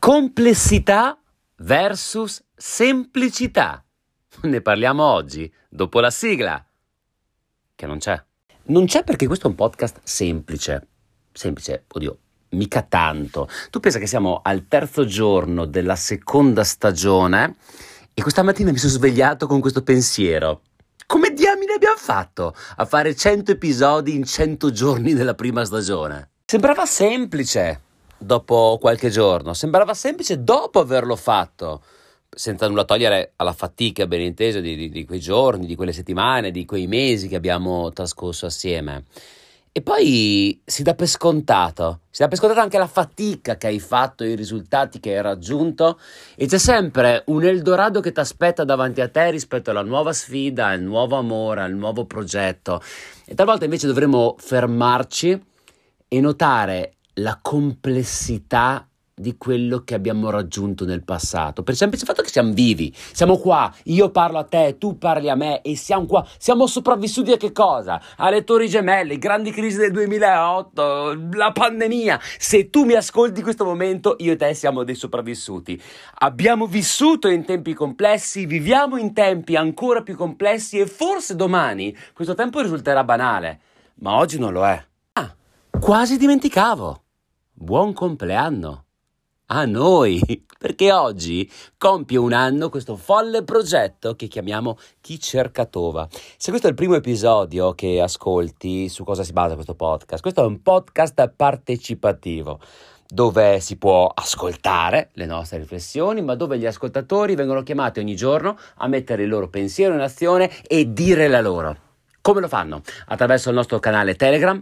Complessità versus semplicità. Ne parliamo oggi, dopo la sigla, che non c'è. Non c'è perché questo è un podcast semplice. Semplice, oddio, mica tanto. Tu pensa che siamo al terzo giorno della seconda stagione e questa mattina mi sono svegliato con questo pensiero. Come diamine abbiamo fatto a fare 100 episodi in 100 giorni della prima stagione? Sembrava semplice dopo qualche giorno, sembrava semplice dopo averlo fatto, senza nulla togliere alla fatica, ben inteso, di quei giorni, di quelle settimane, di quei mesi che abbiamo trascorso assieme. E poi si dà per scontato anche la fatica che hai fatto, i risultati che hai raggiunto, e c'è sempre un Eldorado che ti aspetta davanti a te rispetto alla nuova sfida, al nuovo amore, al nuovo progetto. E talvolta invece dovremmo fermarci e notare la complessità di quello che abbiamo raggiunto nel passato, per il semplice fatto che siamo vivi, siamo qua, io parlo a te, tu parli a me e siamo qua, siamo sopravvissuti a che cosa? Alle Torri Gemelle, grandi crisi del 2008, la pandemia. Se tu mi ascolti in questo momento, io e te siamo dei sopravvissuti. Abbiamo vissuto in tempi complessi, viviamo in tempi ancora più complessi e forse domani questo tempo risulterà banale, ma oggi non lo è. Quasi dimenticavo. Buon compleanno a noi, perché oggi compie un anno questo folle progetto che chiamiamo Chi cerca Tova. Se questo è il primo episodio che ascolti, su cosa si basa questo podcast? Questo è un podcast partecipativo, dove si può ascoltare le nostre riflessioni, ma dove gli ascoltatori vengono chiamati ogni giorno a mettere il loro pensiero in azione e dire la loro. Come lo fanno? Attraverso il nostro canale Telegram,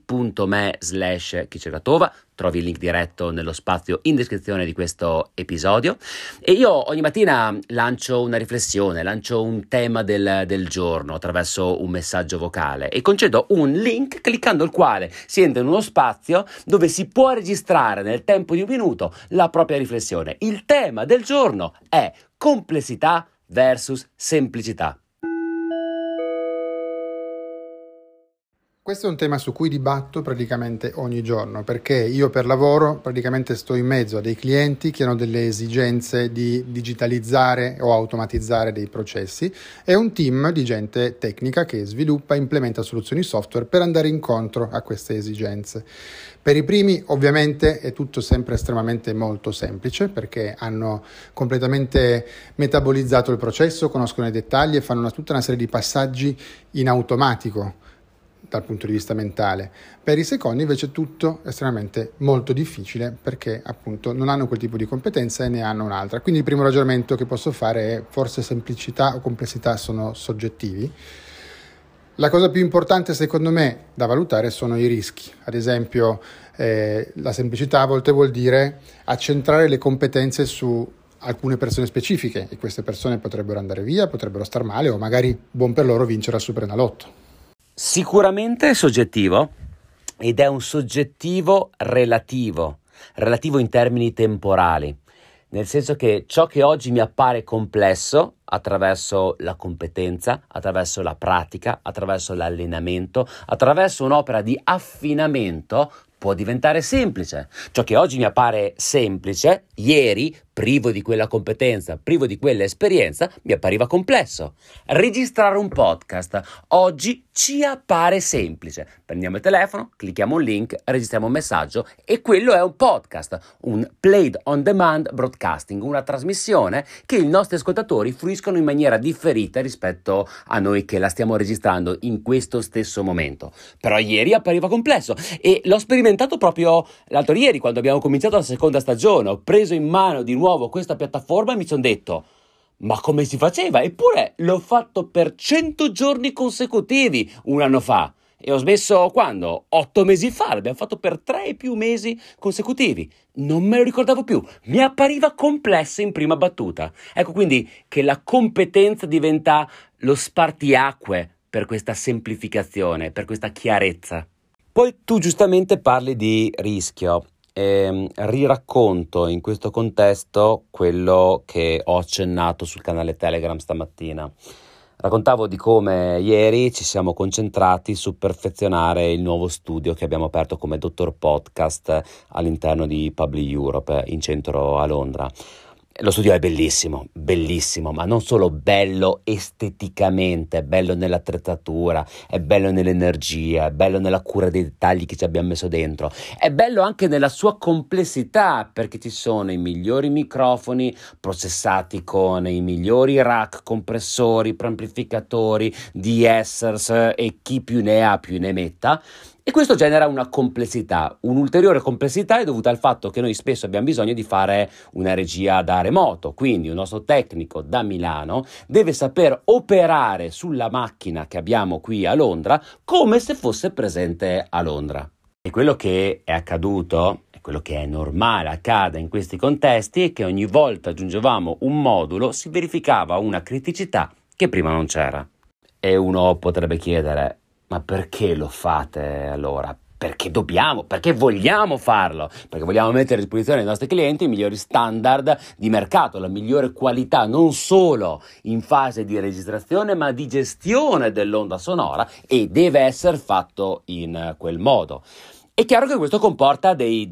t.me/chicercatova, trovi il link diretto nello spazio in descrizione di questo episodio, e io ogni mattina lancio una riflessione, lancio un tema del giorno attraverso un messaggio vocale e concedo un link cliccando il quale si entra in uno spazio dove si può registrare nel tempo di un minuto la propria riflessione. Il tema del giorno è complessità versus semplicità. Questo è un tema su cui dibatto praticamente ogni giorno, perché io per lavoro praticamente sto in mezzo a dei clienti che hanno delle esigenze di digitalizzare o automatizzare dei processi e un team di gente tecnica che sviluppa e implementa soluzioni software per andare incontro a queste esigenze. Per i primi ovviamente è tutto sempre estremamente molto semplice, perché hanno completamente metabolizzato il processo, conoscono i dettagli e fanno tutta una serie di passaggi in automatico dal punto di vista mentale. Per i secondi invece è tutto estremamente molto difficile, perché appunto non hanno quel tipo di competenza e ne hanno un'altra. Quindi il primo ragionamento che posso fare è: forse semplicità o complessità sono soggettivi. La cosa più importante secondo me da valutare sono i rischi. Ad esempio la semplicità a volte vuol dire accentrare le competenze su alcune persone specifiche, e queste persone potrebbero andare via, potrebbero star male, o magari buon per loro vincere al Superenalotto. Sicuramente è soggettivo, ed è un soggettivo relativo in termini temporali, nel senso che ciò che oggi mi appare complesso attraverso la competenza, attraverso la pratica, attraverso l'allenamento, attraverso un'opera di affinamento, può diventare semplice. Ciò che oggi mi appare semplice, ieri, privo di quella competenza, privo di quella esperienza, mi appariva complesso. Registrare un podcast oggi ci appare semplice. Prendiamo il telefono, clicchiamo un link, registriamo un messaggio e quello è un podcast, un played on demand broadcasting, una trasmissione che i nostri ascoltatori fruiscono in maniera differita rispetto a noi che la stiamo registrando in questo stesso momento. Però ieri appariva complesso e l'ho sperimentato proprio l'altro ieri, quando abbiamo cominciato la seconda stagione. Ho preso in mano di nuovo questa piattaforma e mi sono detto: ma come si faceva? Eppure l'ho fatto per 100 giorni consecutivi un anno fa. E ho smesso quando? 8 mesi fa, l'abbiamo fatto per 3 e più mesi consecutivi. Non me lo ricordavo più, mi appariva complesso in prima battuta. Ecco quindi che la competenza diventa lo spartiacque per questa semplificazione, per questa chiarezza. Poi tu giustamente parli di rischio. Riracconto in questo contesto quello che ho accennato sul canale Telegram stamattina. Raccontavo di come ieri ci siamo concentrati su perfezionare il nuovo studio che abbiamo aperto come Dottor Podcast all'interno di Public Europe in centro a Londra. Lo studio è bellissimo, bellissimo, ma non solo bello esteticamente, è bello nell'attrezzatura, è bello nell'energia, è bello nella cura dei dettagli che ci abbiamo messo dentro, è bello anche nella sua complessità, perché ci sono i migliori microfoni processati con i migliori rack, compressori, preamplificatori, de-essers e chi più ne ha più ne metta. E questo genera una complessità. Un'ulteriore complessità è dovuta al fatto che noi spesso abbiamo bisogno di fare una regia da remoto, quindi un nostro tecnico da Milano deve saper operare sulla macchina che abbiamo qui a Londra come se fosse presente a Londra. E quello che è accaduto, e quello che è normale accada in questi contesti, è che ogni volta aggiungevamo un modulo si verificava una criticità che prima non c'era. E uno potrebbe chiedere: ma perché lo fate allora? Perché vogliamo farlo? Perché vogliamo mettere a disposizione ai nostri clienti i migliori standard di mercato, la migliore qualità non solo in fase di registrazione ma di gestione dell'onda sonora, e deve essere fatto in quel modo. È chiaro che questo comporta dei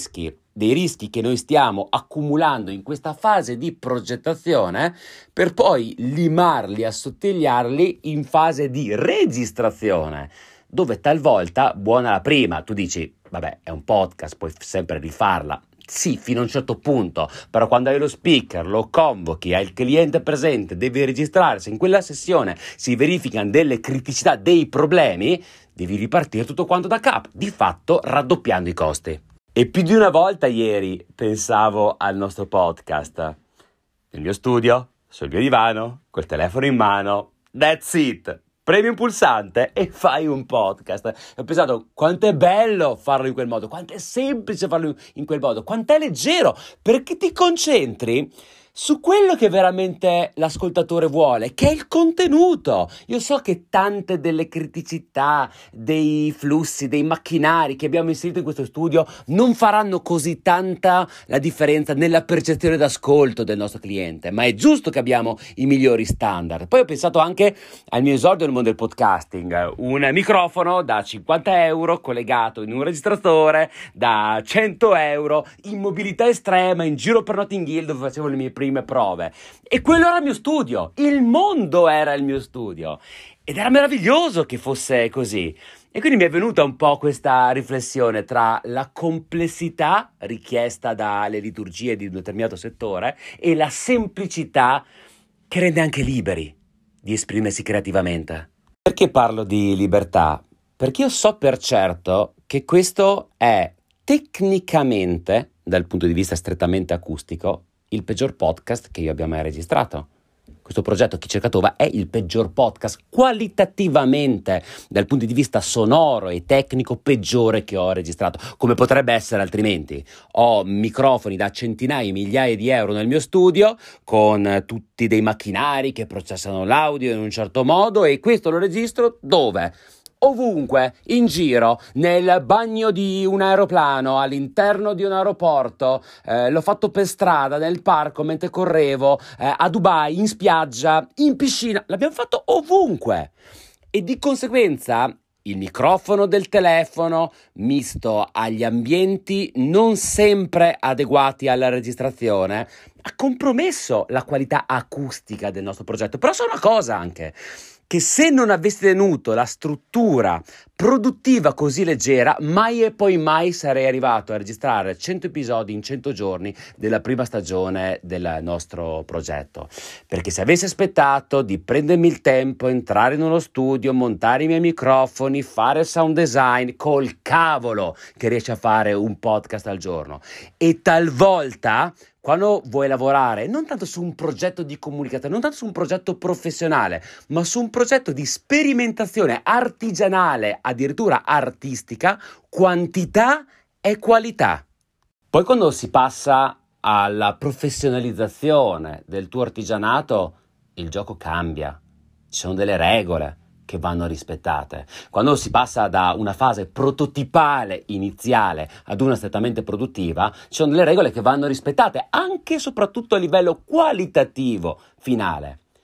rischi che noi stiamo accumulando in questa fase di progettazione per poi limarli, assottigliarli in fase di registrazione, dove talvolta, buona la prima, tu dici, vabbè, è un podcast, puoi sempre rifarla. Sì, fino a un certo punto, però quando hai lo speaker, lo convochi, hai il cliente presente, devi registrarsi, in quella sessione si verificano delle criticità, dei problemi, devi ripartire tutto quanto da capo, di fatto raddoppiando i costi. E più di una volta ieri pensavo al nostro podcast, nel mio studio, sul mio divano, col telefono in mano, that's it! Premi un pulsante e fai un podcast. E ho pensato quanto è bello farlo in quel modo, quanto è semplice farlo in quel modo, quanto è leggero, perché ti concentri su quello che veramente l'ascoltatore vuole, che è il contenuto. Io so che tante delle criticità, dei flussi, dei macchinari che abbiamo inserito in questo studio non faranno così tanta la differenza nella percezione d'ascolto del nostro cliente, ma è giusto che abbiamo i migliori standard. Poi ho pensato anche al mio esordio nel mondo del podcasting, un microfono da 50 euro collegato in un registratore da 100 euro, in mobilità estrema, in giro per Notting Hill dove facevo le mie prime prove, e quello era il mio studio, il mondo era il mio studio ed era meraviglioso che fosse così. E quindi mi è venuta un po' questa riflessione tra la complessità richiesta dalle liturgie di un determinato settore e la semplicità che rende anche liberi di esprimersi creativamente. Perché parlo di libertà? Perché io so per certo che questo è tecnicamente, dal punto di vista strettamente acustico, il peggior podcast che io abbia mai registrato. Questo progetto Chi cerca trova è il peggior podcast qualitativamente, dal punto di vista sonoro e tecnico, peggiore che ho registrato. Come potrebbe essere altrimenti? Ho microfoni da centinaia e migliaia di euro nel mio studio, con tutti dei macchinari che processano l'audio in un certo modo, e questo lo registro dove? Ovunque, in giro, nel bagno di un aeroplano, all'interno di un aeroporto, l'ho fatto per strada, nel parco, mentre correvo, a Dubai, in spiaggia, in piscina, l'abbiamo fatto ovunque. E di conseguenza il microfono del telefono, misto agli ambienti non sempre adeguati alla registrazione, ha compromesso la qualità acustica del nostro progetto. Però so una cosa anche, che se non avessi tenuto la struttura produttiva così leggera, mai e poi mai sarei arrivato a registrare 100 episodi in 100 giorni della prima stagione del nostro progetto. Perché se avessi aspettato di prendermi il tempo, entrare in uno studio, montare i miei microfoni, fare sound design, col cavolo che riesci a fare un podcast al giorno. E talvolta, quando vuoi lavorare non tanto su un progetto di comunicazione, non tanto su un progetto professionale, ma su un progetto di sperimentazione artigianale, addirittura artistica, quantità e qualità. Poi quando si passa alla professionalizzazione del tuo artigianato, il gioco cambia. Ci sono delle regole che vanno rispettate. Quando si passa da una fase prototipale iniziale ad una strettamente produttiva, ci sono delle regole che vanno rispettate anche e soprattutto a livello qualitativo finale.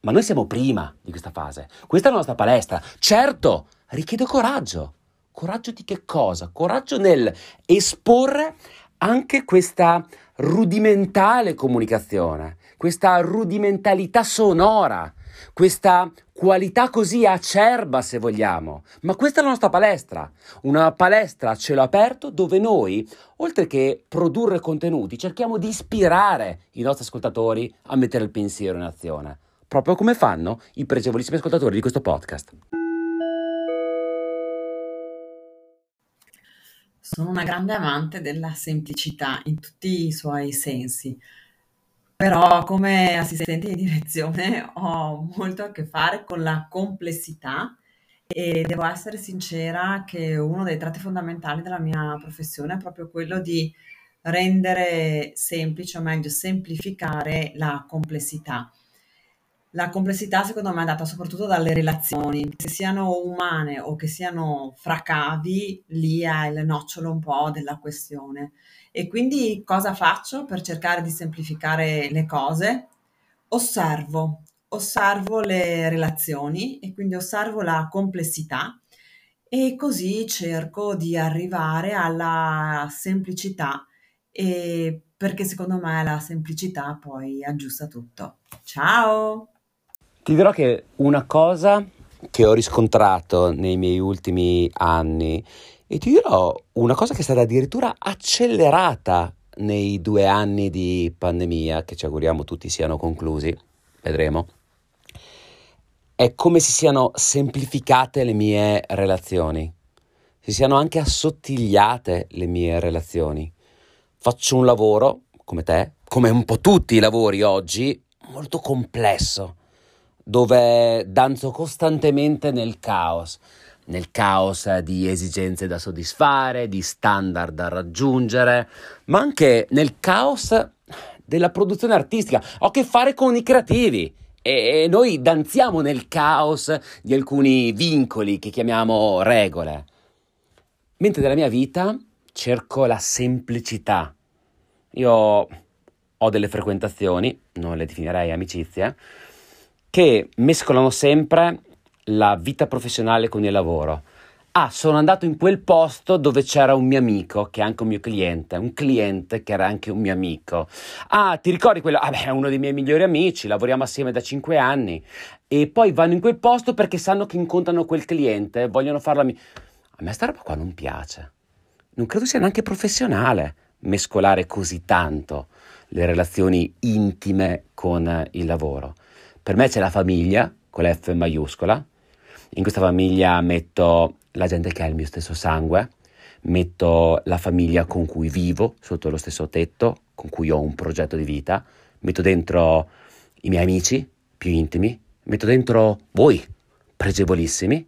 Ma noi siamo prima di questa fase. Questa è la nostra palestra. Certo, richiede coraggio. Coraggio di che cosa? Coraggio nel esporre anche questa rudimentale comunicazione, questa rudimentalità sonora, questa qualità così acerba, se vogliamo. Ma questa è la nostra palestra, una palestra a cielo aperto dove noi, oltre che produrre contenuti, cerchiamo di ispirare i nostri ascoltatori a mettere il pensiero in azione, proprio come fanno i pregevolissimi ascoltatori di questo podcast. Sono una grande amante della semplicità in tutti i suoi sensi, però come assistente di direzione ho molto a che fare con la complessità e devo essere sincera che uno dei tratti fondamentali della mia professione è proprio quello di rendere semplice, o meglio semplificare la complessità. La complessità secondo me è data soprattutto dalle relazioni, che siano umane o che siano fra cavi, lì è il nocciolo un po' della questione. E quindi cosa faccio per cercare di semplificare le cose? Osservo le relazioni e quindi osservo la complessità e così cerco di arrivare alla semplicità perché secondo me la semplicità poi aggiusta tutto. Ciao! Ti dirò che una cosa che ho riscontrato nei miei ultimi anni, e ti dirò una cosa che è stata addirittura accelerata nei 2 anni di pandemia, che ci auguriamo tutti siano conclusi, vedremo, è come si siano semplificate le mie relazioni, si siano anche assottigliate le mie relazioni. Faccio un lavoro, come te, come un po' tutti i lavori oggi, molto complesso, dove danzo costantemente nel caos di esigenze da soddisfare, di standard da raggiungere, ma anche nel caos della produzione artistica. Ho a che fare con i creativi e noi danziamo nel caos di alcuni vincoli che chiamiamo regole. Mentre nella mia vita cerco la semplicità. Io ho delle frequentazioni, non le definirei amicizie, che mescolano sempre la vita professionale con il lavoro. Sono andato in quel posto dove c'era un mio amico, che è anche un mio cliente, un cliente che era anche un mio amico. Ti ricordi quello? È uno dei miei migliori amici, lavoriamo assieme da 5 anni. E poi vanno in quel posto perché sanno che incontrano quel cliente, vogliono farlo a me sta roba qua non piace. Non credo sia neanche professionale mescolare così tanto le relazioni intime con il lavoro. Per me c'è la famiglia, con la F maiuscola. In questa famiglia metto la gente che ha il mio stesso sangue, metto la famiglia con cui vivo sotto lo stesso tetto, con cui ho un progetto di vita, metto dentro i miei amici più intimi, metto dentro voi, pregevolissimi,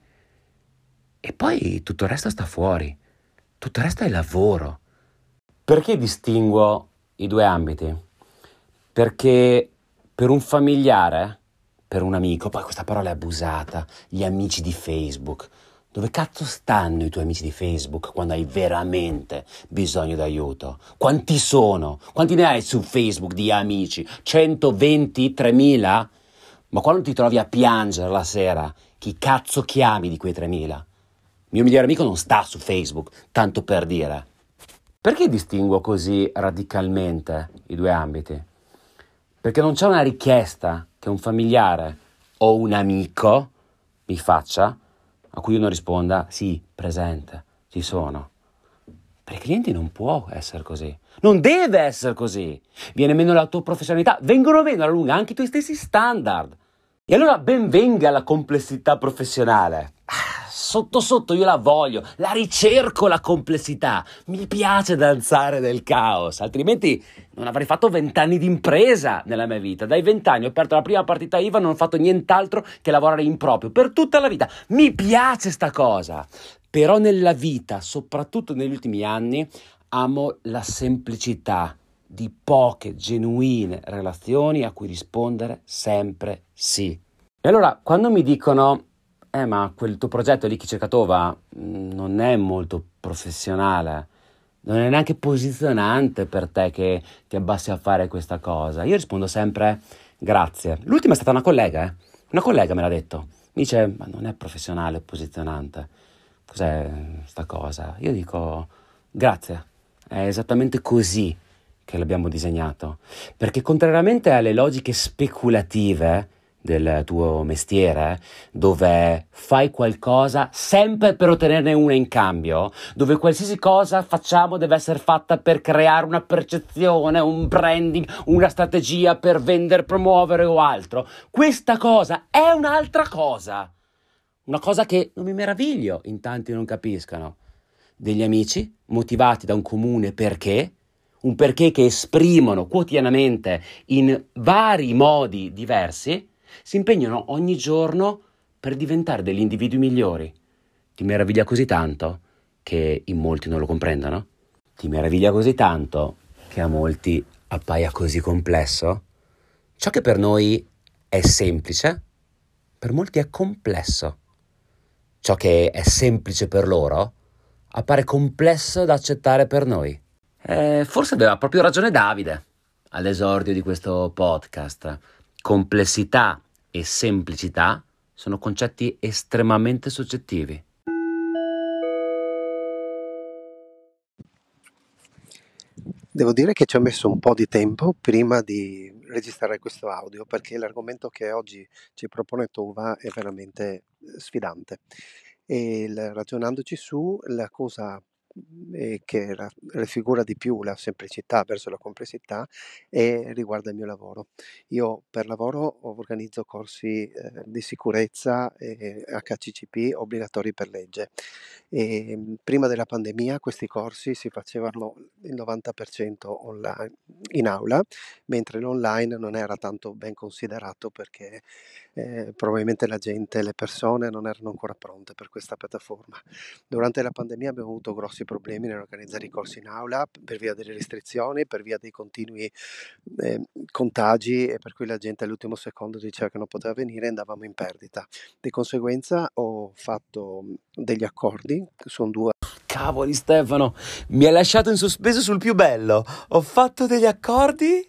e poi tutto il resto sta fuori, tutto il resto è lavoro. Perché distinguo i 2 ambiti? Perché per un familiare, per un amico, poi questa parola è abusata, gli amici di Facebook. Dove cazzo stanno i tuoi amici di Facebook quando hai veramente bisogno d'aiuto? Quanti sono? Quanti ne hai su Facebook di amici? 120? 3000? Ma quando ti trovi a piangere la sera, chi cazzo chiami di quei 3000? Mio migliore amico non sta su Facebook, tanto per dire. Perché distinguo così radicalmente i 2 ambiti? Perché non c'è una richiesta che un familiare o un amico mi faccia a cui io non risponda sì, presente, ci sono. Per i clienti non può essere così, non deve essere così. Viene meno la tua professionalità, vengono meno alla lunga anche i tuoi stessi standard. E allora ben venga la complessità professionale. Sotto sotto io la voglio, la ricerco la complessità, mi piace danzare nel caos, altrimenti non avrei fatto 20 anni di impresa nella mia vita. Dai 20 anni ho aperto la prima partita IVA, non ho fatto nient'altro che lavorare in proprio per tutta la vita. Mi piace sta cosa, però nella vita, soprattutto negli ultimi anni, amo la semplicità di poche genuine relazioni a cui rispondere sempre sì. E allora quando mi dicono ma quel tuo progetto lì, Chi cerca Tova, non è molto professionale, non è neanche posizionante per te che ti abbassi a fare questa cosa. Io rispondo sempre grazie. L'ultima è stata una collega, Una collega me l'ha detto. Mi dice, ma non è professionale, posizionante. Cos'è sta cosa? Io dico, grazie. È esattamente così che l'abbiamo disegnato. Perché contrariamente alle logiche speculative del tuo mestiere, dove fai qualcosa sempre per ottenerne una in cambio, dove qualsiasi cosa facciamo deve essere fatta per creare una percezione, un branding, una strategia per vendere, promuovere o altro, questa cosa è un'altra cosa. Una cosa che non mi meraviglio in tanti non capiscano. Degli amici motivati da un comune perché, un perché che esprimono quotidianamente in vari modi diversi, si impegnano ogni giorno per diventare degli individui migliori. Ti meraviglia così tanto che in molti non lo comprendano? Ti meraviglia così tanto che a molti appaia così complesso? Ciò che per noi è semplice, per molti è complesso. Ciò che è semplice per loro appare complesso da accettare per noi. Forse aveva proprio ragione Davide all'esordio di questo podcast. Complessità e semplicità sono concetti estremamente soggettivi. Devo dire che ci ho messo un po' di tempo prima di registrare questo audio perché l'argomento che oggi ci propone Tova è veramente sfidante e ragionandoci su la cosa che raffigura di più la semplicità verso la complessità e riguarda il mio lavoro. Io per lavoro organizzo corsi di sicurezza HCCP obbligatori per legge. Prima della pandemia questi corsi si facevano il 90% online, in aula, mentre l'online non era tanto ben considerato perché probabilmente le persone non erano ancora pronte per questa piattaforma. Durante la pandemia abbiamo avuto grossi problemi nell'organizzare i corsi in aula per via delle restrizioni, per via dei continui contagi e per cui la gente all'ultimo secondo diceva che non poteva venire e andavamo in perdita. Di conseguenza ho fatto degli accordi, sono due. Cavoli Stefano, mi hai lasciato in sospeso sul più bello. Ho fatto degli accordi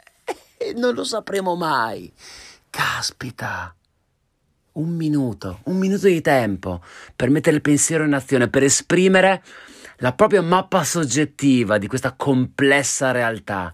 e non lo sapremo mai. Caspita. Un minuto di tempo per mettere il pensiero in azione, per esprimere la propria mappa soggettiva di questa complessa realtà.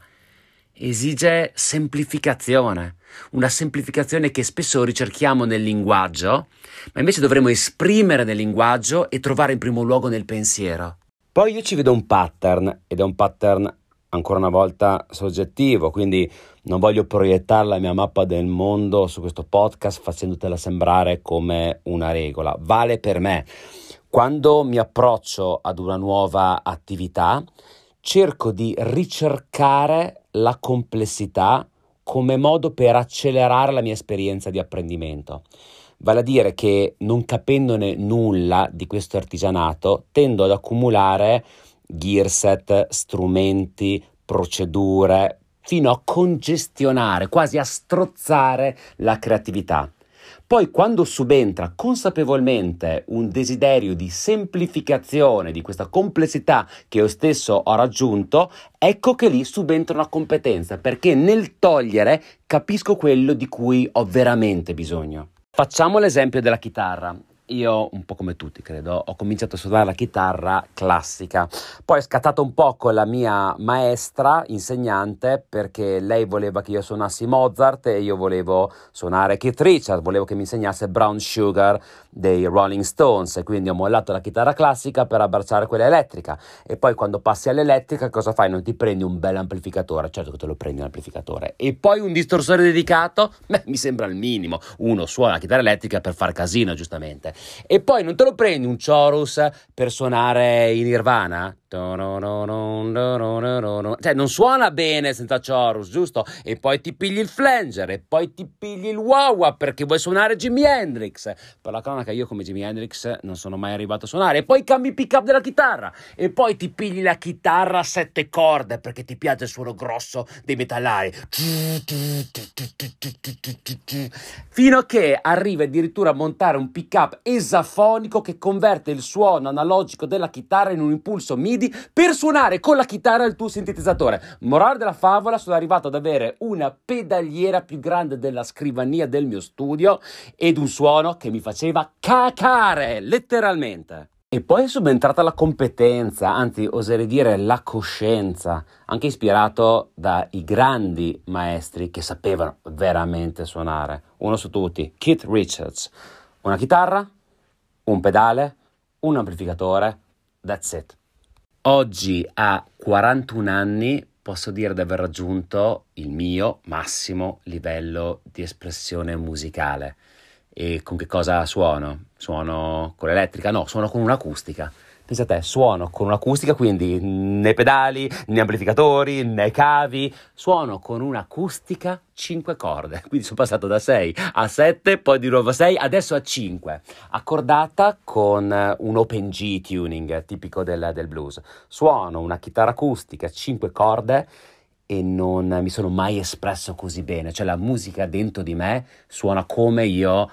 Esige semplificazione, una semplificazione che spesso ricerchiamo nel linguaggio, ma invece dovremmo esprimere nel linguaggio e trovare in primo luogo nel pensiero. Poi io ci vedo un pattern, ed è un pattern ancora una volta soggettivo, quindi non voglio proiettare la mia mappa del mondo su questo podcast facendotela sembrare come una regola. Vale per me. Quando mi approccio ad una nuova attività, cerco di ricercare la complessità come modo per accelerare la mia esperienza di apprendimento. Vale a dire che non capendone nulla di questo artigianato, tendo ad accumulare gearset, strumenti, procedure, fino a congestionare, quasi a strozzare la creatività. Poi quando subentra consapevolmente un desiderio di semplificazione di questa complessità che io stesso ho raggiunto, ecco che lì subentra una competenza, perché nel togliere capisco quello di cui ho veramente bisogno. Facciamo l'esempio della chitarra. Io, un po' come tutti credo, ho cominciato a suonare la chitarra classica, poi è scattato un po' con la mia maestra insegnante perché lei voleva che io suonassi Mozart e io volevo suonare Keith Richards, volevo che mi insegnasse Brown Sugar dei Rolling Stones, e quindi ho mollato la chitarra classica per abbracciare quella elettrica. E poi quando passi all'elettrica cosa fai? Non ti prendi un bel amplificatore? Certo che te lo prendi l'amplificatore. E poi un distorsore dedicato? Beh, mi sembra il minimo. Uno suona la chitarra elettrica per far casino, giustamente. E poi non te lo prendi un chorus per suonare in Nirvana? Cioè non suona bene senza chorus, giusto? E poi ti pigli il flanger, e poi ti pigli il wah-wah perché vuoi suonare Jimi Hendrix. Per la cronaca io come Jimi Hendrix non sono mai arrivato a suonare. E poi cambi il pick-up della chitarra, e poi ti pigli la chitarra a 7 corde perché ti piace il suono grosso dei metallari, fino a che arrivi addirittura a montare un pick-up esafonico che converte il suono analogico della chitarra in un impulso MIDI per suonare con la chitarra il tuo sintetizzatore. Morale della favola, sono arrivato ad avere una pedaliera più grande della scrivania del mio studio ed un suono che mi faceva cacare, letteralmente. E poi è subentrata la competenza, anzi oserei dire la coscienza, anche ispirato dai grandi maestri che sapevano veramente suonare. Uno su tutti, Keith Richards. Una chitarra, un pedale, un amplificatore, that's it. Oggi a 41 anni posso dire di aver raggiunto il mio massimo livello di espressione musicale. E con che cosa suono? Suono con l'elettrica? No, suono con un'acustica. Pensa a te, suono con un'acustica, quindi né pedali, né amplificatori, né cavi. Suono con un'acustica 5 corde. Quindi sono passato da 6 a 7, poi di nuovo a 6, adesso a 5. Accordata con un open G tuning tipico del blues. Suono una chitarra acustica 5 corde e non mi sono mai espresso così bene. Cioè la musica dentro di me suona come io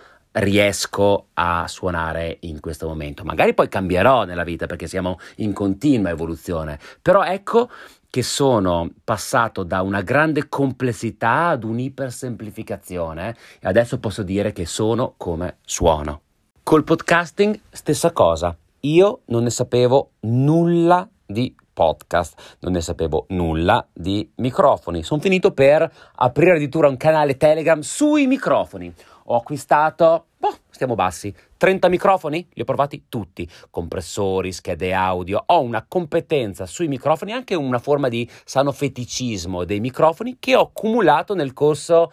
riesco a suonare in questo momento. Magari poi cambierò nella vita perché siamo in continua evoluzione, però ecco che sono passato da una grande complessità ad un'ipersemplificazione e adesso posso dire che sono come suono. Col podcasting stessa cosa, io non ne sapevo nulla di podcast, non ne sapevo nulla di microfoni. Sono finito per aprire addirittura un canale Telegram sui microfoni. Ho acquistato, stiamo bassi, 30 microfoni, li ho provati tutti, compressori, schede audio, ho una competenza sui microfoni, anche una forma di sano feticismo dei microfoni che ho accumulato nel corso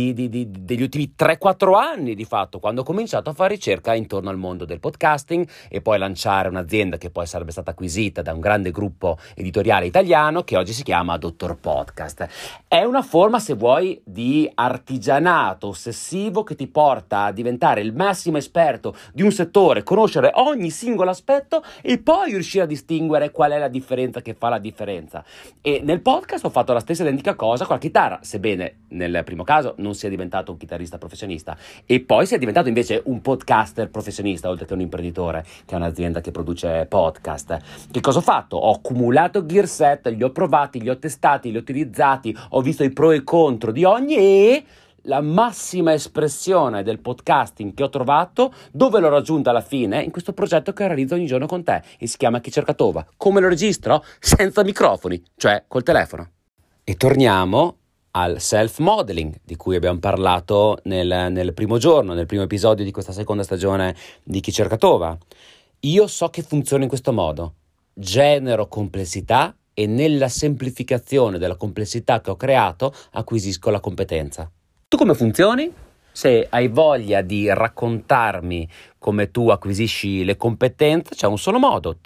degli ultimi 3-4 anni di fatto, quando ho cominciato a fare ricerca intorno al mondo del podcasting e poi lanciare un'azienda che poi sarebbe stata acquisita da un grande gruppo editoriale italiano che oggi si chiama Dottor Podcast. È una forma, se vuoi, di artigianato ossessivo che ti porta a diventare il massimo esperto di un settore, conoscere ogni singolo aspetto e poi riuscire a distinguere qual è la differenza che fa la differenza. E nel podcast ho fatto la stessa identica cosa con la chitarra, sebbene nel primo caso non sia diventato un chitarrista professionista e poi sia diventato invece un podcaster professionista, oltre che un imprenditore che è un'azienda che produce podcast. Che cosa ho fatto? Ho accumulato gear set, li ho provati, li ho testati, li ho utilizzati, ho visto i pro e i contro di ogni e la massima espressione del podcasting che ho trovato, dove l'ho raggiunta alla fine, in questo progetto che realizzo ogni giorno con te e si chiama Chi cerca Tova. Come lo registro? Senza microfoni, cioè col telefono. E torniamo al self-modeling di cui abbiamo parlato nel primo giorno, nel primo episodio di questa seconda stagione di Chi cerca Tova. Io so che funziona in questo modo, genero complessità e nella semplificazione della complessità che ho creato acquisisco la competenza. Tu come funzioni? Se hai voglia di raccontarmi come tu acquisisci le competenze, c'è un solo modo,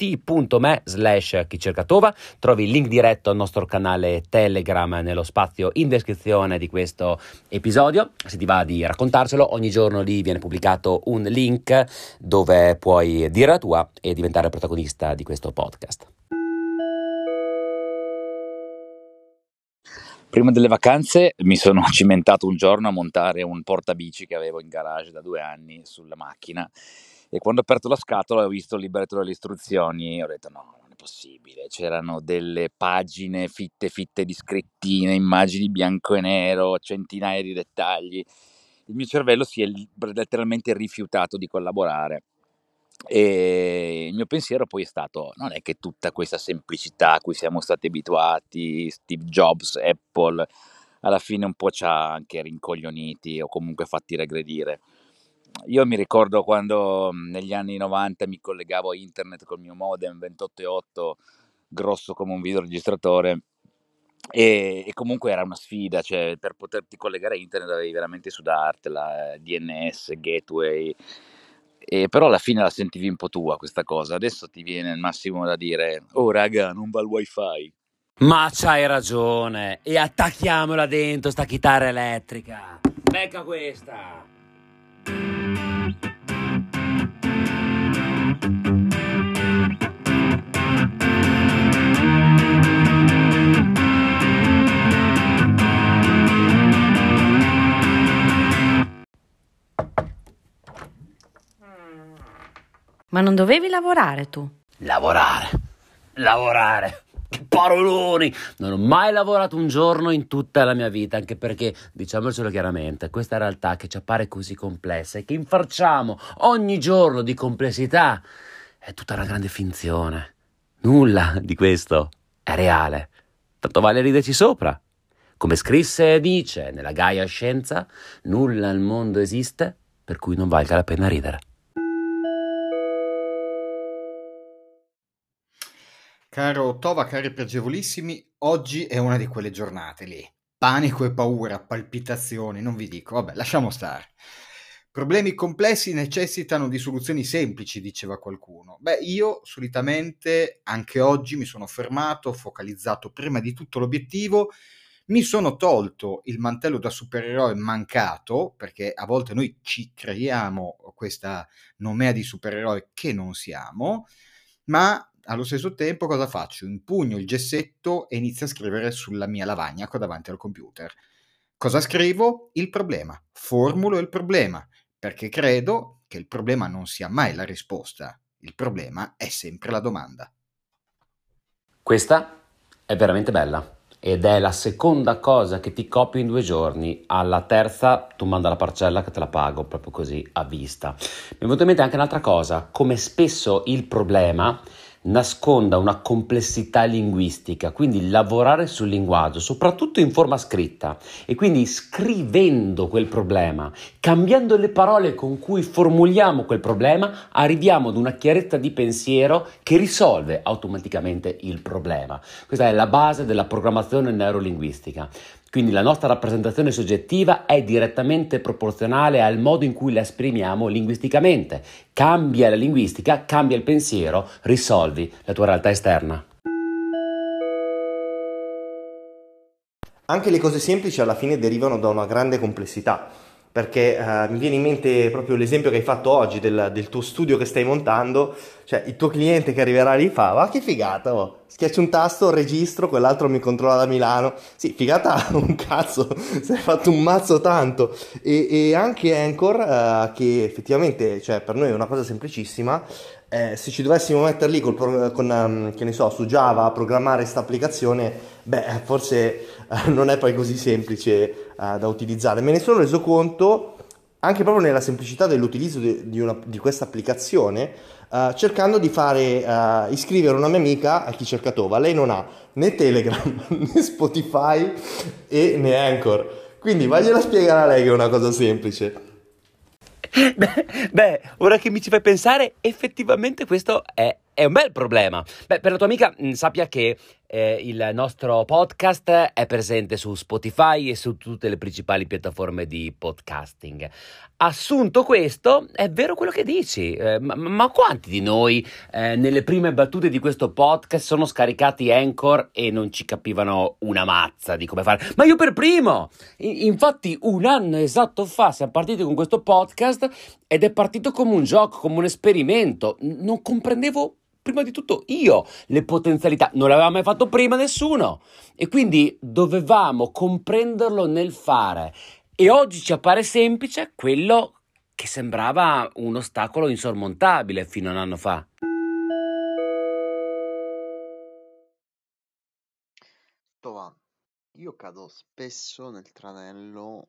t.me/chicercatova, trovi il link diretto al nostro canale Telegram nello spazio in descrizione di questo episodio. Se ti va di raccontarcelo, ogni giorno lì viene pubblicato un link dove puoi dire la tua e diventare protagonista di questo podcast. Prima delle vacanze mi sono cimentato un giorno a montare un portabici che avevo in garage da 2 anni sulla macchina e quando ho aperto la scatola ho visto il libretto delle istruzioni e ho detto no, non è possibile, c'erano delle pagine fitte di scrittine, immagini bianco e nero, centinaia di dettagli. Il mio cervello si è letteralmente rifiutato di collaborare. E il mio pensiero poi è stato: non è che tutta questa semplicità a cui siamo stati abituati, Steve Jobs, Apple, alla fine un po' ci ha anche rincoglioniti o comunque fatti regredire. Io mi ricordo quando negli anni 90 mi collegavo a internet col mio modem 28.8 grosso come un videoregistratore e comunque era una sfida, cioè per poterti collegare a internet dovevi veramente sudartela, DNS, gateway. Però alla fine la sentivi un po' tua questa cosa, adesso ti viene al massimo da dire: oh raga, non va il wifi. Ma c'hai ragione, e attacchiamola dentro sta chitarra elettrica. Becca questa. Ma non dovevi lavorare tu? Lavorare. Che paroloni! Non ho mai lavorato un giorno in tutta la mia vita, anche perché, diciamocelo chiaramente, questa realtà che ci appare così complessa e che infarciamo ogni giorno di complessità è tutta una grande finzione. Nulla di questo è reale. Tanto vale riderci sopra. Come scrisse Nietzsche nella Gaia Scienza, nulla al mondo esiste per cui non valga la pena ridere. Caro Tova, cari pregevolissimi, oggi è una di quelle giornate lì. Panico e paura, palpitazioni, non vi dico, vabbè, lasciamo stare. Problemi complessi necessitano di soluzioni semplici, diceva qualcuno. Beh, io solitamente anche oggi mi sono fermato, focalizzato prima di tutto l'obiettivo, mi sono tolto il mantello da supereroe mancato, perché a volte noi ci creiamo questa nomea di supereroi che non siamo, ma allo stesso tempo cosa faccio? Impugno il gessetto e inizio a scrivere sulla mia lavagna qua davanti al computer. Cosa scrivo? Il problema. Formulo il problema, perché credo che il problema non sia mai la risposta. Il problema è sempre la domanda. Questa è veramente bella ed è la seconda cosa che ti copio in 2 giorni. Alla terza tu manda la parcella che te la pago proprio così a vista. Mi è venuta in mente anche un'altra cosa: come spesso il problema nasconda una complessità linguistica, quindi lavorare sul linguaggio, soprattutto in forma scritta, e quindi scrivendo quel problema, cambiando le parole con cui formuliamo quel problema, arriviamo ad una chiarezza di pensiero che risolve automaticamente il problema. Questa è la base della programmazione neurolinguistica. Quindi la nostra rappresentazione soggettiva è direttamente proporzionale al modo in cui la esprimiamo linguisticamente. Cambia la linguistica, cambia il pensiero, risolvi la tua realtà esterna. Anche le cose semplici alla fine derivano da una grande complessità, perché mi viene in mente proprio l'esempio che hai fatto oggi del tuo studio che stai montando. Cioè il tuo cliente che arriverà lì fa: ma che figata, oh. Schiaccio un tasto, registro, quell'altro mi controlla da Milano. Sì, figata un cazzo, sei fatto un mazzo tanto. E anche Anchor, che effettivamente, cioè, per noi è una cosa semplicissima. Se ci dovessimo mettere lì che ne so, su Java a programmare sta applicazione, beh, forse non è poi così semplice da utilizzare. Me ne sono reso conto anche proprio nella semplicità dell'utilizzo di questa applicazione, cercando di fare iscrivere una mia amica a Chi cerca Tova. Lei non ha né Telegram né Spotify né Anchor, quindi vagliela spiegare a lei che è una cosa semplice. Beh, ora che mi ci fai pensare, effettivamente questo è un bel problema. Beh, per la tua amica sappia che il nostro podcast è presente su Spotify e su tutte le principali piattaforme di podcasting. Assunto questo, è vero quello che dici, ma quanti di noi nelle prime battute di questo podcast sono scaricati Anchor e non ci capivano una mazza di come fare? Ma io per primo! Infatti 1 anno esatto fa siamo partiti con questo podcast ed è partito come un gioco, come un esperimento. Non comprendevo prima di tutto io le potenzialità, non l'aveva mai fatto prima nessuno, e quindi dovevamo comprenderlo nel fare. E oggi ci appare semplice quello che sembrava un ostacolo insormontabile fino a un anno fa. Tova, io cado spesso nel tranello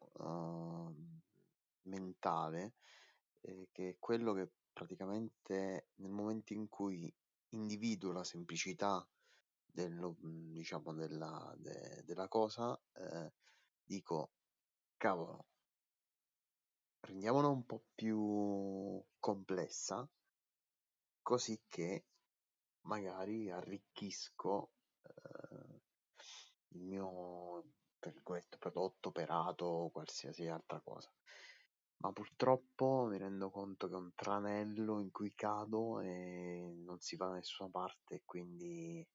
mentale, che è quello che praticamente nel momento in cui individuo la semplicità diciamo della cosa, dico, cavolo, rendiamola un po' più complessa, così che magari arricchisco il mio, tra virgolette, prodotto, operato o qualsiasi altra cosa. Ma purtroppo mi rendo conto che è un tranello in cui cado e non si va da nessuna parte, e quindi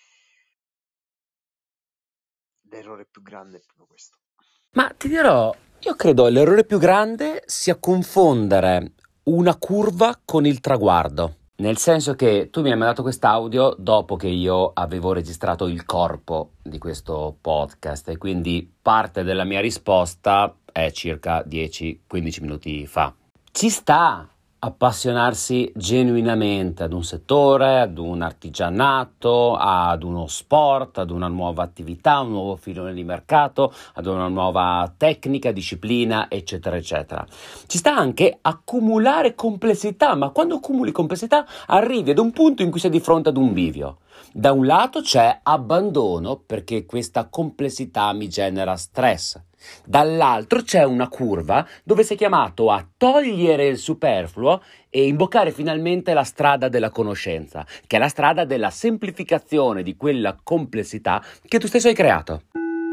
l'errore più grande è proprio questo. Ma ti dirò, io credo l'errore più grande sia confondere una curva con il traguardo. Nel senso che tu mi hai mandato quest'audio dopo che io avevo registrato il corpo di questo podcast, e quindi parte della mia risposta è circa 10-15 minuti fa. Ci sta, appassionarsi genuinamente ad un settore, ad un artigianato, ad uno sport, ad una nuova attività, un nuovo filone di mercato, ad una nuova tecnica, disciplina, eccetera, eccetera. Ci sta anche accumulare complessità, ma quando accumuli complessità arrivi ad un punto in cui sei di fronte ad un bivio. Da un lato c'è abbandono perché questa complessità mi genera stress. Dall'altro c'è una curva dove sei chiamato a togliere il superfluo e imboccare finalmente la strada della conoscenza, che è la strada della semplificazione di quella complessità che tu stesso hai creato.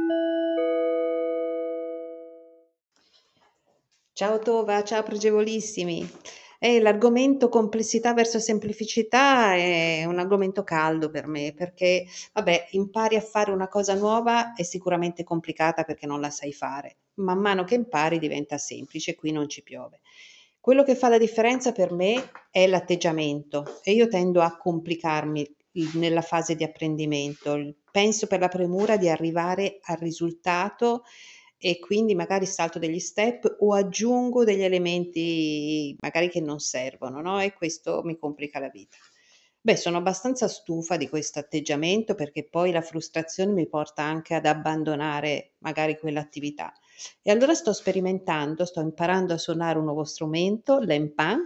Ciao Tova, ciao pregevolissimi. L'argomento complessità verso semplicità è un argomento caldo per me perché, vabbè, impari a fare una cosa nuova è sicuramente complicata perché non la sai fare. Man mano che impari diventa semplice, qui non ci piove. Quello che fa la differenza per me è l'atteggiamento e io tendo a complicarmi nella fase di apprendimento. Penso per la premura di arrivare al risultato e quindi magari salto degli step o aggiungo degli elementi magari che non servono, no? E questo mi complica la vita. Beh, sono abbastanza stufa di questo atteggiamento perché poi la frustrazione mi porta anche ad abbandonare magari quell'attività. E allora sto sperimentando, sto imparando a suonare un nuovo strumento, l'empan,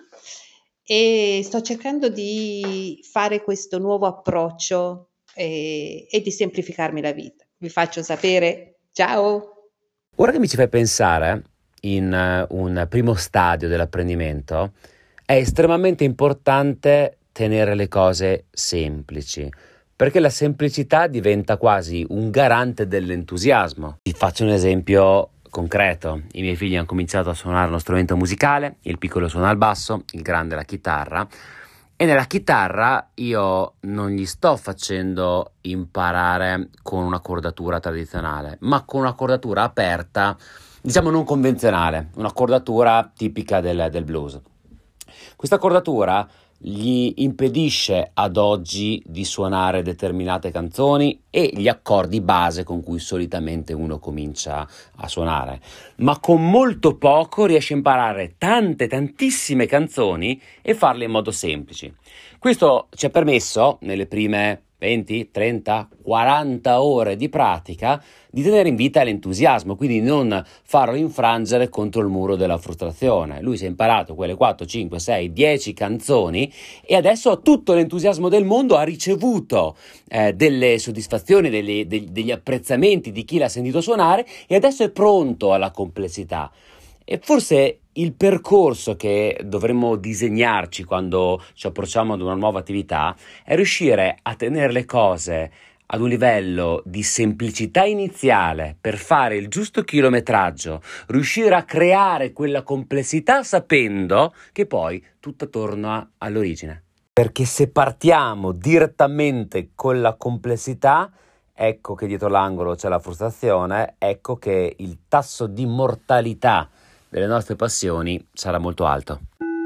e sto cercando di fare questo nuovo approccio e di semplificarmi la vita. Vi faccio sapere. Ciao! Ora che mi ci fai pensare, in un primo stadio dell'apprendimento, è estremamente importante tenere le cose semplici, perché la semplicità diventa quasi un garante dell'entusiasmo. Ti faccio un esempio concreto. I miei figli hanno cominciato a suonare uno strumento musicale, il piccolo suona il basso, il grande la chitarra, e nella chitarra io non gli sto facendo imparare con una cordatura tradizionale, ma con una cordatura aperta, diciamo non convenzionale, una cordatura tipica del blues. Questa cordatura gli impedisce ad oggi di suonare determinate canzoni e gli accordi base con cui solitamente uno comincia a suonare, ma con molto poco riesce a imparare tantissime canzoni e farle in modo semplice. Questo ci ha permesso nelle prime 20, 30, 40 ore di pratica di tenere in vita l'entusiasmo, quindi non farlo infrangere contro il muro della frustrazione. Lui si è imparato quelle 4, 5, 6, 10 canzoni e adesso ha tutto l'entusiasmo del mondo, ha ricevuto delle soddisfazioni, degli apprezzamenti di chi l'ha sentito suonare e adesso è pronto alla complessità. E forse il percorso che dovremmo disegnarci quando ci approcciamo ad una nuova attività è riuscire a tenere le cose ad un livello di semplicità iniziale per fare il giusto chilometraggio, riuscire a creare quella complessità sapendo che poi tutto torna all'origine. Perché se partiamo direttamente con la complessità, ecco che dietro l'angolo c'è la frustrazione, ecco che il tasso di mortalità delle nostre passioni sarà molto alto.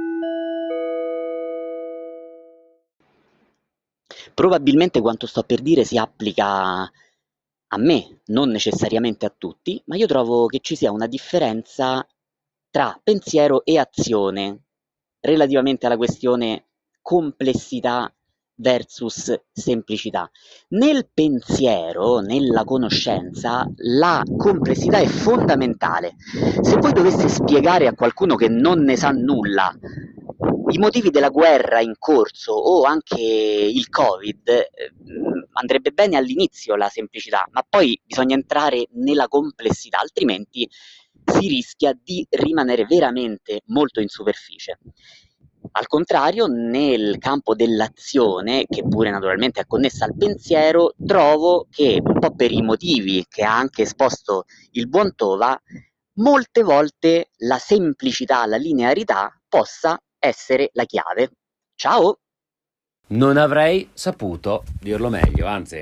Probabilmente quanto sto per dire si applica a me, non necessariamente a tutti, ma io trovo che ci sia una differenza tra pensiero e azione relativamente alla questione complessità versus semplicità. Nel pensiero, nella conoscenza, la complessità è fondamentale. Se voi doveste spiegare a qualcuno che non ne sa nulla i motivi della guerra in corso o anche il Covid, andrebbe bene all'inizio la semplicità, ma poi bisogna entrare nella complessità, altrimenti si rischia di rimanere veramente molto in superficie. Al contrario, nel campo dell'azione, che pure naturalmente è connessa al pensiero, trovo che, un po' per i motivi che ha anche esposto il buon Tova, molte volte la semplicità, la linearità possa essere la chiave. Ciao! Non avrei saputo dirlo meglio, anzi,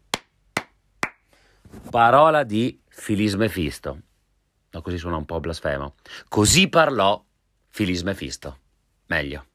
parola di Filis Mefisto. No, così suona un po' blasfemo. Così parlò Filis Mefisto. Meglio.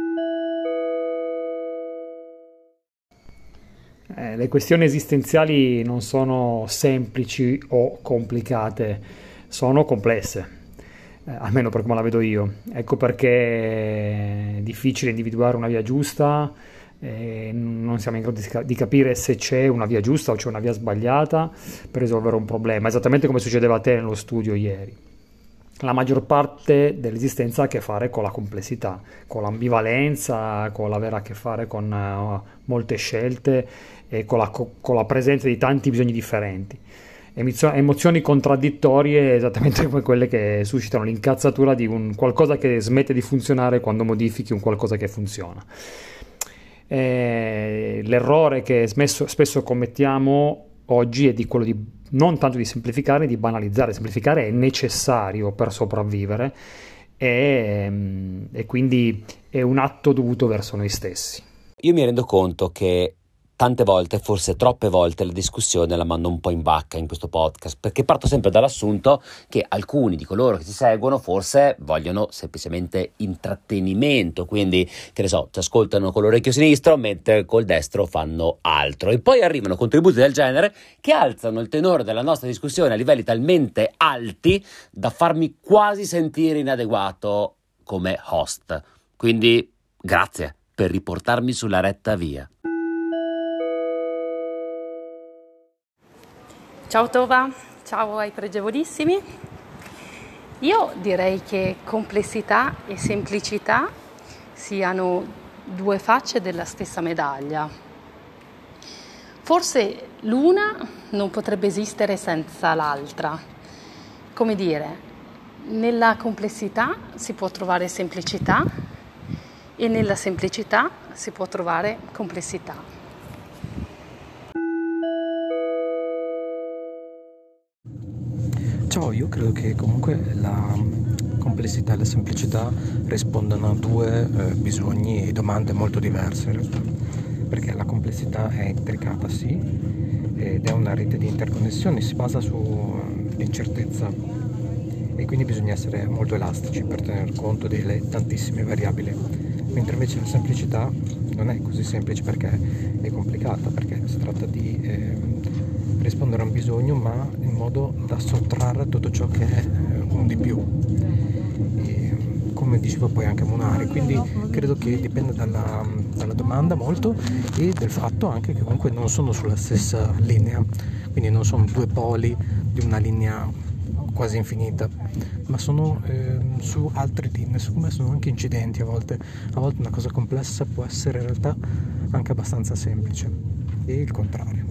Le questioni esistenziali non sono semplici o complicate, sono complesse. almeno per come la vedo io. Ecco perché è difficile individuare una via giusta, non siamo in grado di capire se c'è una via giusta o c'è una via sbagliata per risolvere un problema, esattamente come succedeva a te nello studio ieri. La maggior parte dell'esistenza ha a che fare con la complessità, con l'ambivalenza, con l'avere a che fare con molte scelte e con la presenza di tanti bisogni differenti. Emozioni contraddittorie esattamente come quelle che suscitano l'incazzatura di un qualcosa che smette di funzionare quando modifichi un qualcosa che funziona. L'errore che spesso commettiamo oggi è di quello di non tanto di semplificare, di banalizzare. Semplificare è necessario per sopravvivere e quindi è un atto dovuto verso noi stessi. Io mi rendo conto che tante volte, forse troppe volte, la discussione la mando un po' in vacca in questo podcast, perché parto sempre dall'assunto che alcuni di coloro che ci seguono forse vogliono semplicemente intrattenimento, quindi, che ne so, ci ascoltano con l'orecchio sinistro mentre col destro fanno altro, e poi arrivano contributi del genere che alzano il tenore della nostra discussione a livelli talmente alti da farmi quasi sentire inadeguato come host. Quindi grazie per riportarmi sulla retta via. Ciao Tova, ciao ai pregevolissimi. Io direi che complessità e semplicità siano due facce della stessa medaglia. Forse l'una non potrebbe esistere senza l'altra. Come dire, nella complessità si può trovare semplicità e nella semplicità si può trovare complessità. Ciao, io credo che comunque la complessità e la semplicità rispondano a due bisogni e domande molto diverse in realtà, perché la complessità è intricata sì, ed è una rete di interconnessioni, si basa sull'incertezza e quindi bisogna essere molto elastici per tener conto delle tantissime variabili, mentre invece la semplicità non è così semplice perché è complicata, perché si tratta di rispondere a un bisogno ma in modo da sottrarre tutto ciò che è un di più, e, come diceva poi anche Munari, quindi credo che dipenda dalla domanda molto e del fatto anche che comunque non sono sulla stessa linea, quindi non sono due poli di una linea quasi infinita, ma sono su altre linee, secondo me sono anche incidenti a volte una cosa complessa può essere in realtà anche abbastanza semplice e il contrario.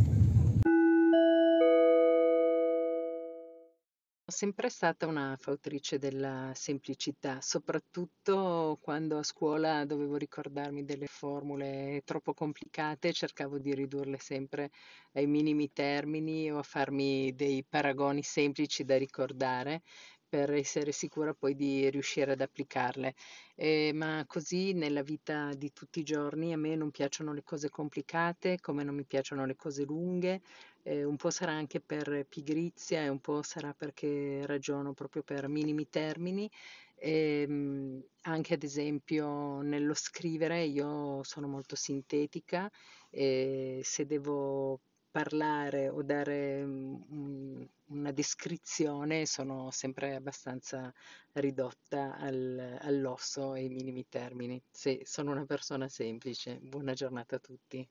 Sono sempre stata una fautrice della semplicità, soprattutto quando a scuola dovevo ricordarmi delle formule troppo complicate, cercavo di ridurle sempre ai minimi termini o a farmi dei paragoni semplici da ricordare per essere sicura poi di riuscire ad applicarle. Ma così nella vita di tutti i giorni a me non piacciono le cose complicate, come non mi piacciono le cose lunghe. Un po' sarà anche per pigrizia e un po' sarà perché ragiono proprio per minimi termini. Anche ad esempio nello scrivere io sono molto sintetica e se devo parlare o dare una descrizione sono sempre abbastanza ridotta all'osso e ai minimi termini. Sì, sono una persona semplice. Buona giornata a tutti.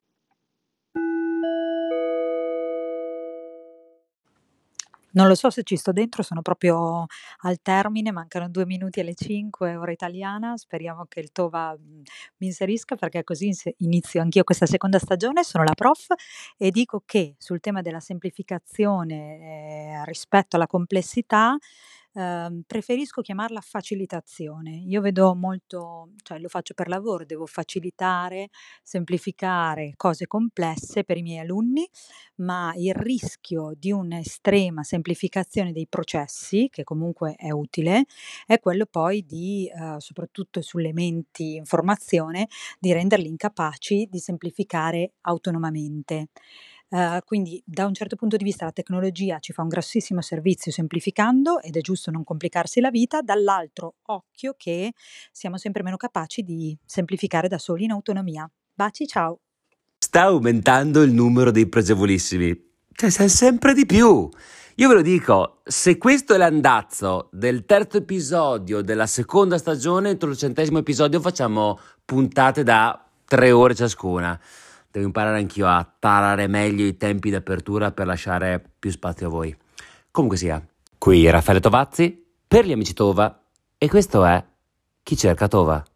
Non lo so se ci sto dentro, sono proprio al termine, mancano 2 minuti alle 5, ora italiana. Speriamo che il Tova mi inserisca perché così inizio anch'io questa seconda stagione. Sono la prof e dico che sul tema della semplificazione rispetto alla complessità preferisco chiamarla facilitazione. Io vedo molto, cioè lo faccio per lavoro, devo facilitare, semplificare cose complesse per i miei alunni, ma il rischio di un'estrema semplificazione dei processi, che comunque è utile, è quello poi di, soprattutto sulle menti in formazione, di renderli incapaci di semplificare autonomamente. Quindi da un certo punto di vista la tecnologia ci fa un grossissimo servizio semplificando ed è giusto non complicarsi la vita, dall'altro occhio che siamo sempre meno capaci di semplificare da soli in autonomia. Baci, ciao! Sta aumentando il numero dei pregevolissimi. Cioè, sempre di più. Io ve lo dico, se questo è l'andazzo del terzo episodio della seconda stagione, entro il 100° episodio facciamo puntate da 3 ore ciascuna. Devo imparare anch'io a tarare meglio i tempi di apertura per lasciare più spazio a voi. Comunque sia, qui Raffaele Tovazzi per gli amici Tova, e questo è Chi cerca Tova.